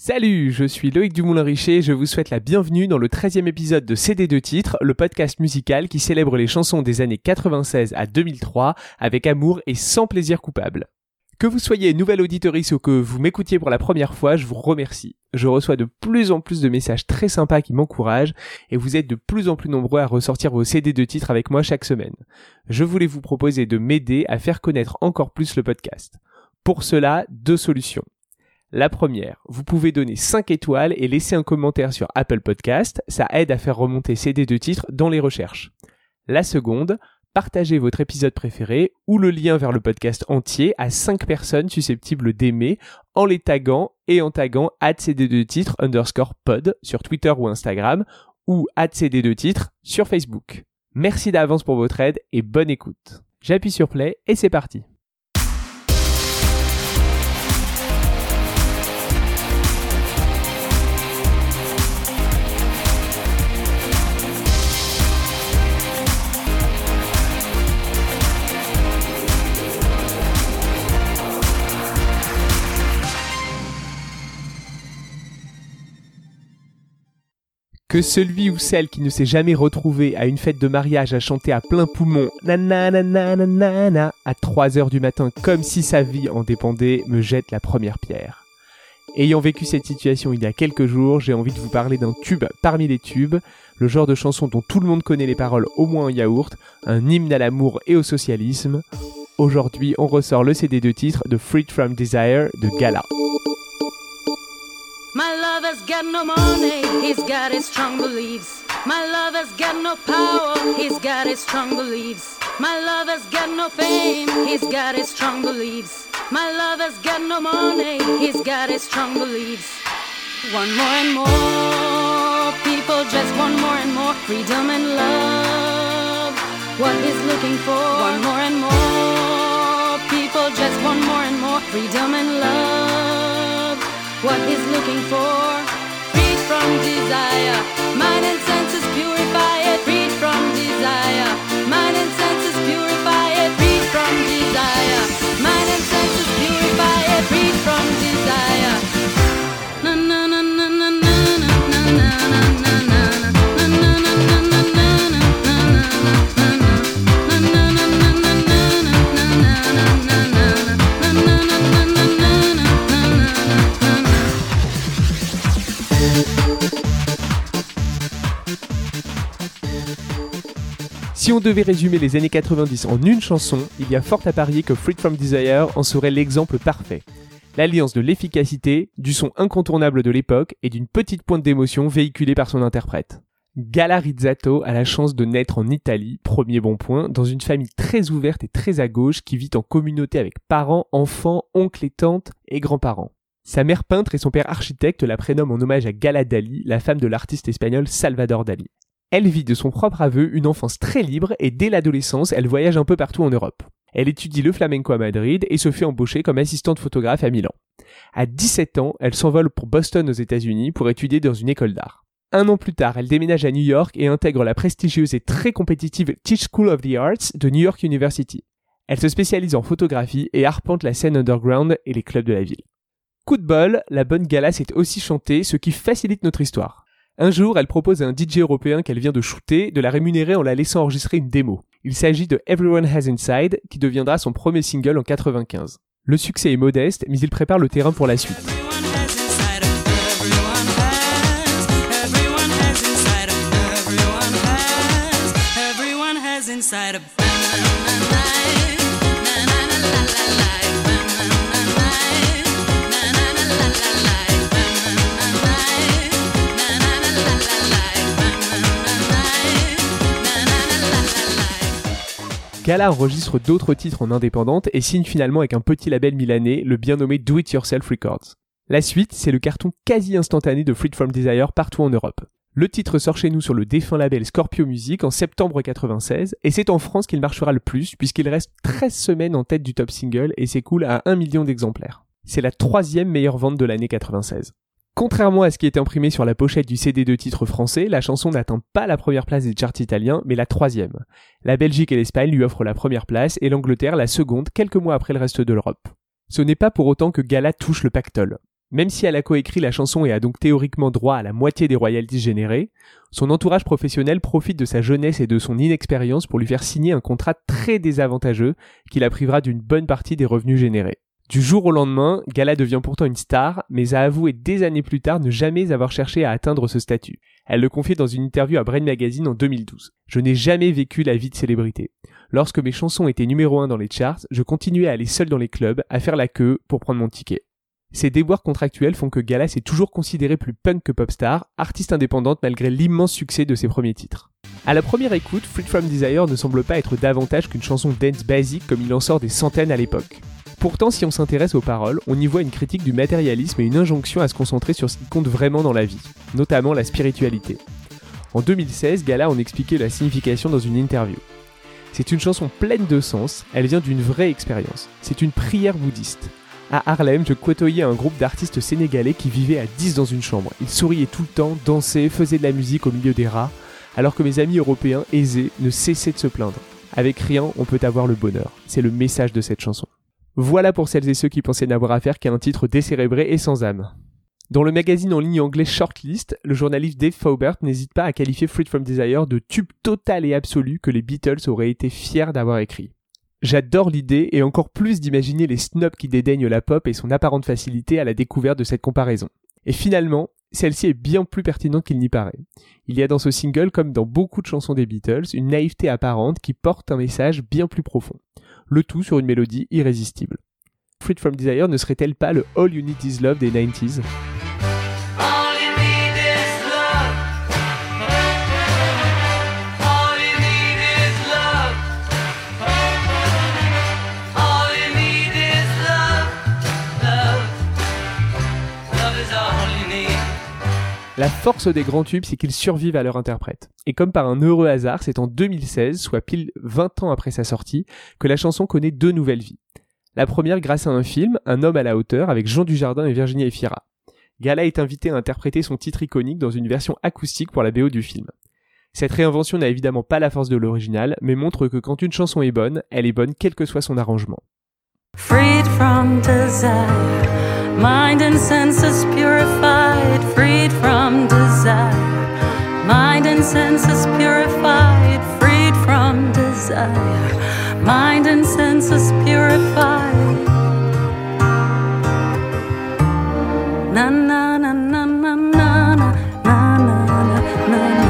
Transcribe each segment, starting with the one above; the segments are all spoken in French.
Salut, je suis Loïc Dumoulin-Richer et je vous souhaite la bienvenue dans le 13e épisode de CD de titres, le podcast musical qui célèbre les chansons des années 96 à 2003 avec amour et sans plaisir coupable. Que vous soyez nouvelle auditorice ou que vous m'écoutiez pour la première fois, je vous remercie. Je reçois de plus en plus de messages très sympas qui m'encouragent et vous êtes de plus en plus nombreux à ressortir vos CD de titres avec moi chaque semaine. Je voulais vous proposer de m'aider à faire connaître encore plus le podcast. Pour cela, 2 solutions. La première, vous pouvez donner 5 étoiles et laisser un commentaire sur Apple Podcast, ça aide à faire remonter CD de titres dans les recherches. La seconde, partagez votre épisode préféré ou le lien vers le podcast entier à 5 personnes susceptibles d'aimer en les taguant et en taguant @cd2titres_pod sur Twitter ou Instagram ou @cd2titres sur Facebook. Merci d'avance pour votre aide et bonne écoute. J'appuie sur play et c'est parti. Que celui ou celle qui ne s'est jamais retrouvé à une fête de mariage à chanter à plein poumon « nananananana » à 3h du matin comme si sa vie en dépendait me jette la première pierre. Ayant vécu cette situation il y a quelques jours, j'ai envie de vous parler d'un tube parmi les tubes, le genre de chanson dont tout le monde connaît les paroles au moins en yaourt, un hymne à l'amour et au socialisme. Aujourd'hui, on ressort le CD de titre de Freed From Desire de Gala. My lover's got no money, he's got his strong beliefs. My lover's got no power, he's got his strong beliefs. My lover's got no fame, he's got his strong beliefs. My lover's got no money, he's got his strong beliefs. One more and more, people just want more and more freedom and love. What he's looking for, one more and more, people just want more and more freedom and love. What he's looking for, freed from desire, mind and senses purify it, freed from desire, mind and senses purify it, freed from desire, mind and senses purify it, freed from desire. Na na na na na na na na na na na. Si on devait résumer les années 90 en une chanson, il y a fort à parier que Freed From Desire en serait l'exemple parfait. L'alliance de l'efficacité, du son incontournable de l'époque et d'une petite pointe d'émotion véhiculée par son interprète. Gala Rizzato a la chance de naître en Italie, premier bon point, dans une famille très ouverte et très à gauche qui vit en communauté avec parents, enfants, oncles et tantes et grands-parents. Sa mère peintre et son père architecte la prénomment en hommage à Gala Dali, la femme de l'artiste espagnol Salvador Dali. Elle vit de son propre aveu une enfance très libre et dès l'adolescence, elle voyage un peu partout en Europe. Elle étudie le flamenco à Madrid et se fait embaucher comme assistante photographe à Milan. À 17 ans, elle s'envole pour Boston aux États-Unis pour étudier dans une école d'art. 1 an plus tard, elle déménage à New York et intègre la prestigieuse et très compétitive Tisch School of the Arts de New York University. Elle se spécialise en photographie et arpente la scène underground et les clubs de la ville. Coup de bol, la bonne Gala sait aussi chanter, ce qui facilite notre histoire. Un jour, elle propose à un DJ européen qu'elle vient de shooter de la rémunérer en la laissant enregistrer une démo. Il s'agit de Everyone Has Inside, qui deviendra son premier single en 95. Le succès est modeste, mais il prépare le terrain pour la suite. Gala enregistre d'autres titres en indépendante et signe finalement avec un petit label milanais, le bien nommé Do It Yourself Records. La suite, c'est le carton quasi instantané de Freed From Desire partout en Europe. Le titre sort chez nous sur le défunt label Scorpio Music en septembre 96 et c'est en France qu'il marchera le plus puisqu'il reste 13 semaines en tête du top single et s'écoule à 1 million d'exemplaires. C'est la 3e meilleure vente de l'année 96. Contrairement à ce qui est imprimé sur la pochette du CD de titre français, la chanson n'atteint pas la première place des charts italiens, mais la 3e. La Belgique et l'Espagne lui offrent la première place et l'Angleterre la seconde quelques mois après le reste de l'Europe. Ce n'est pas pour autant que Gala touche le pactole. Même si elle a coécrit la chanson et a donc théoriquement droit à la moitié des royalties générées, son entourage professionnel profite de sa jeunesse et de son inexpérience pour lui faire signer un contrat très désavantageux qui la privera d'une bonne partie des revenus générés. Du jour au lendemain, Gala devient pourtant une star, mais a avoué des années plus tard ne jamais avoir cherché à atteindre ce statut. Elle le confiait dans une interview à Brain Magazine en 2012. « Je n'ai jamais vécu la vie de célébrité. Lorsque mes chansons étaient numéro 1 dans les charts, je continuais à aller seul dans les clubs, à faire la queue pour prendre mon ticket. » Ces déboires contractuels font que Gala s'est toujours considérée plus punk que pop star, artiste indépendante malgré l'immense succès de ses premiers titres. À la première écoute, Freed From Desire ne semble pas être davantage qu'une chanson dance basique comme il en sort des centaines à l'époque. Pourtant, si on s'intéresse aux paroles, on y voit une critique du matérialisme et une injonction à se concentrer sur ce qui compte vraiment dans la vie, notamment la spiritualité. En 2016, Gala en expliquait la signification dans une interview. C'est une chanson pleine de sens, elle vient d'une vraie expérience. C'est une prière bouddhiste. À Harlem, je côtoyais un groupe d'artistes sénégalais qui vivaient à 10 dans une chambre. Ils souriaient tout le temps, dansaient, faisaient de la musique au milieu des rats, alors que mes amis européens aisés ne cessaient de se plaindre. Avec rien, on peut avoir le bonheur. C'est le message de cette chanson. Voilà pour celles et ceux qui pensaient n'avoir affaire qu'à un titre décérébré et sans âme. Dans le magazine en ligne anglais Shortlist, le journaliste Dave Faubert n'hésite pas à qualifier Freed From Desire de tube total et absolu que les Beatles auraient été fiers d'avoir écrit. J'adore l'idée et encore plus d'imaginer les snobs qui dédaignent la pop et son apparente facilité à la découverte de cette comparaison. Et finalement, celle-ci est bien plus pertinente qu'il n'y paraît. Il y a dans ce single, comme dans beaucoup de chansons des Beatles, une naïveté apparente qui porte un message bien plus profond. Le tout sur une mélodie irrésistible. Freed From Desire ne serait-elle pas le All You Need Is Love des 90s ? La force des grands tubes, c'est qu'ils survivent à leur interprète. Et comme par un heureux hasard, c'est en 2016, soit pile 20 ans après sa sortie, que la chanson connaît 2 nouvelles vies. La première grâce à un film, Un homme à la hauteur, avec Jean Dujardin et Virginie Efira. Gala est invitée à interpréter son titre iconique dans une version acoustique pour la BO du film. Cette réinvention n'a évidemment pas la force de l'original, mais montre que quand une chanson est bonne, elle est bonne quel que soit son arrangement. Freed from desire, mind and senses purified. Freed from desire, mind and senses purified. Freed from desire, mind and senses purified. Na na na na na na na na na na.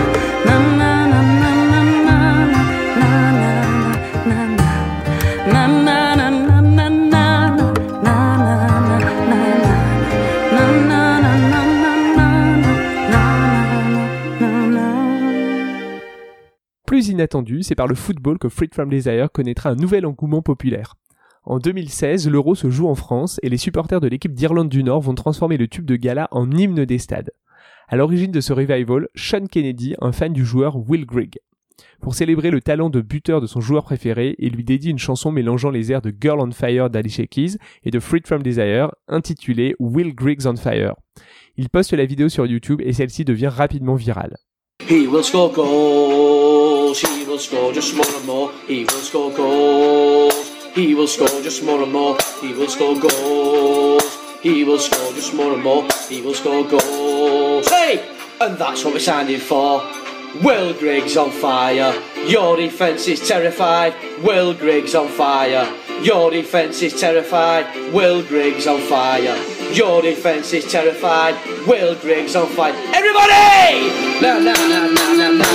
Plus inattendu, c'est par le football que Freed From Desire connaîtra un nouvel engouement populaire. En 2016, l'Euro se joue en France et les supporters de l'équipe d'Irlande du Nord vont transformer le tube de Gala en hymne des stades. À l'origine de ce revival, Sean Kennedy, un fan du joueur Will Grigg. Pour célébrer le talent de buteur de son joueur préféré, il lui dédie une chanson mélangeant les airs de Girl on Fire d'Alicia Keys et de Freed From Desire, intitulée Will Grigg's on Fire. Il poste la vidéo sur YouTube et celle-ci devient rapidement virale. He will score goals, he will score just more and more, he will score goals, he will score just more and more, he will score goals, he will score just more and more, he will score goals. Hey! And that's what we're signing for. Will Griggs on fire, your defence is terrified. Will Griggs on fire, your defence is terrified. Will Griggs on fire, your defence is terrified. Will Griggs on fire. Everybody! Na na na na na na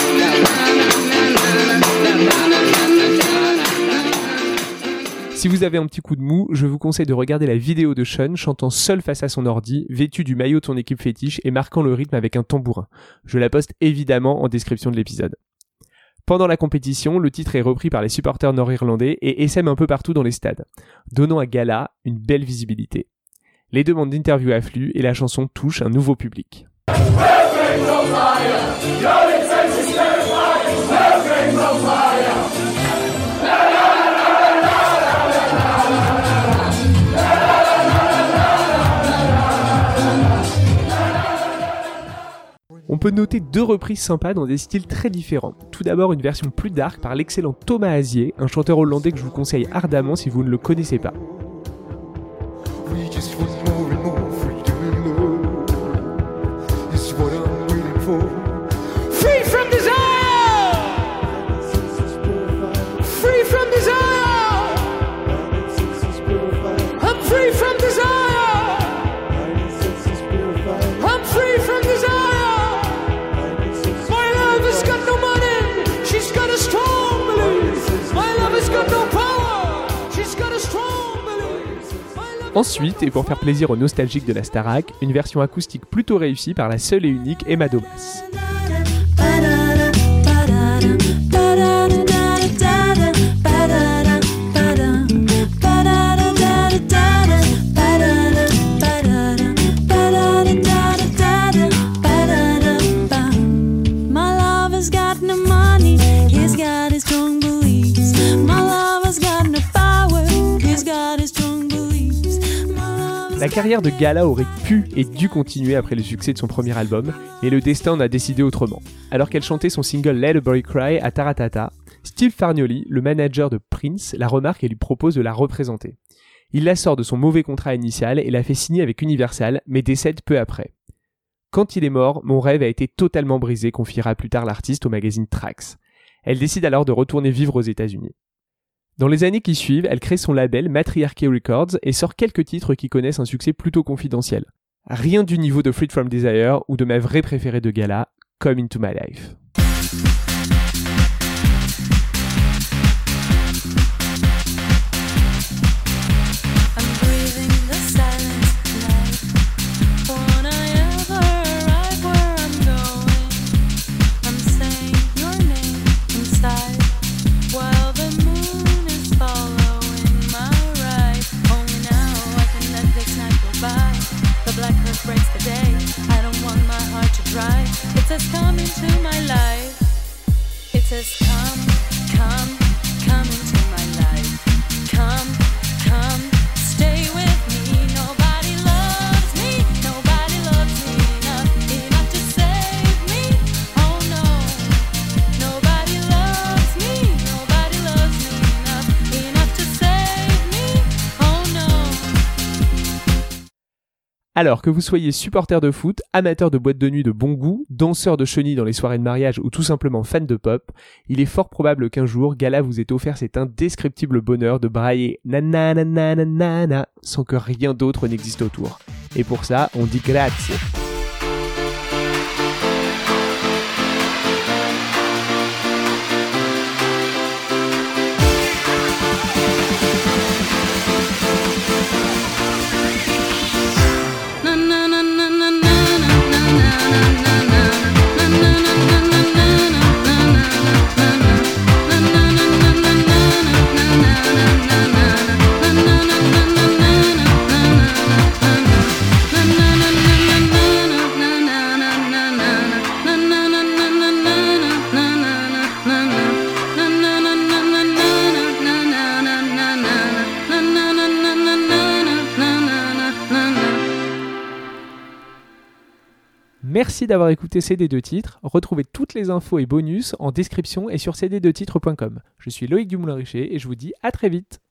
Si vous avez un petit coup de mou, je vous conseille de regarder la vidéo de Sean chantant seul face à son ordi, vêtu du maillot de son équipe fétiche et marquant le rythme avec un tambourin. Je la poste évidemment en description de l'épisode. Pendant la compétition, le titre est repris par les supporters nord-irlandais et essaime un peu partout dans les stades, donnant à Gala une belle visibilité. Les demandes d'interview affluent et la chanson touche un nouveau public. On peut noter 2 reprises sympas dans des styles très différents. Tout d'abord une version plus dark par l'excellent Thomas Azier, un chanteur hollandais que je vous conseille ardemment si vous ne le connaissez pas. Ensuite, et pour faire plaisir aux nostalgiques de la Starac, une version acoustique plutôt réussie par la seule et unique Emma Domas. La carrière de Gala aurait pu et dû continuer après le succès de son premier album, mais le destin en a décidé autrement. Alors qu'elle chantait son single Let a Boy Cry à Taratata, Steve Fargnoli, le manager de Prince, la remarque et lui propose de la représenter. Il la sort de son mauvais contrat initial et la fait signer avec Universal, mais décède peu après. Quand il est mort, mon rêve a été totalement brisé, confiera plus tard l'artiste au magazine Trax. Elle décide alors de retourner vivre aux États-Unis. Dans les années qui suivent, elle crée son label Matriarchy Records et sort quelques titres qui connaissent un succès plutôt confidentiel. Rien du niveau de Freed From Desire ou de ma vraie préférée de Gala, Come Into My Life. It says come into my life. It says come into my life. Come, stay with me. Nobody loves me enough to save me. Oh no, nobody loves me enough to save me. Oh no. Alors que vous soyez supporter de foot, amateur de boîtes de nuit de bon goût, danseur de chenilles dans les soirées de mariage ou tout simplement fan de pop, il est fort probable qu'un jour, Gala vous ait offert cet indescriptible bonheur de brailler nanana sans que rien d'autre n'existe autour. Et pour ça, on dit grazie. Merci d'avoir écouté CD2 Titres. Retrouvez toutes les infos et bonus en description et sur cd2titres.com. Je suis Loïc Dumoulin-Richer et je vous dis à très vite.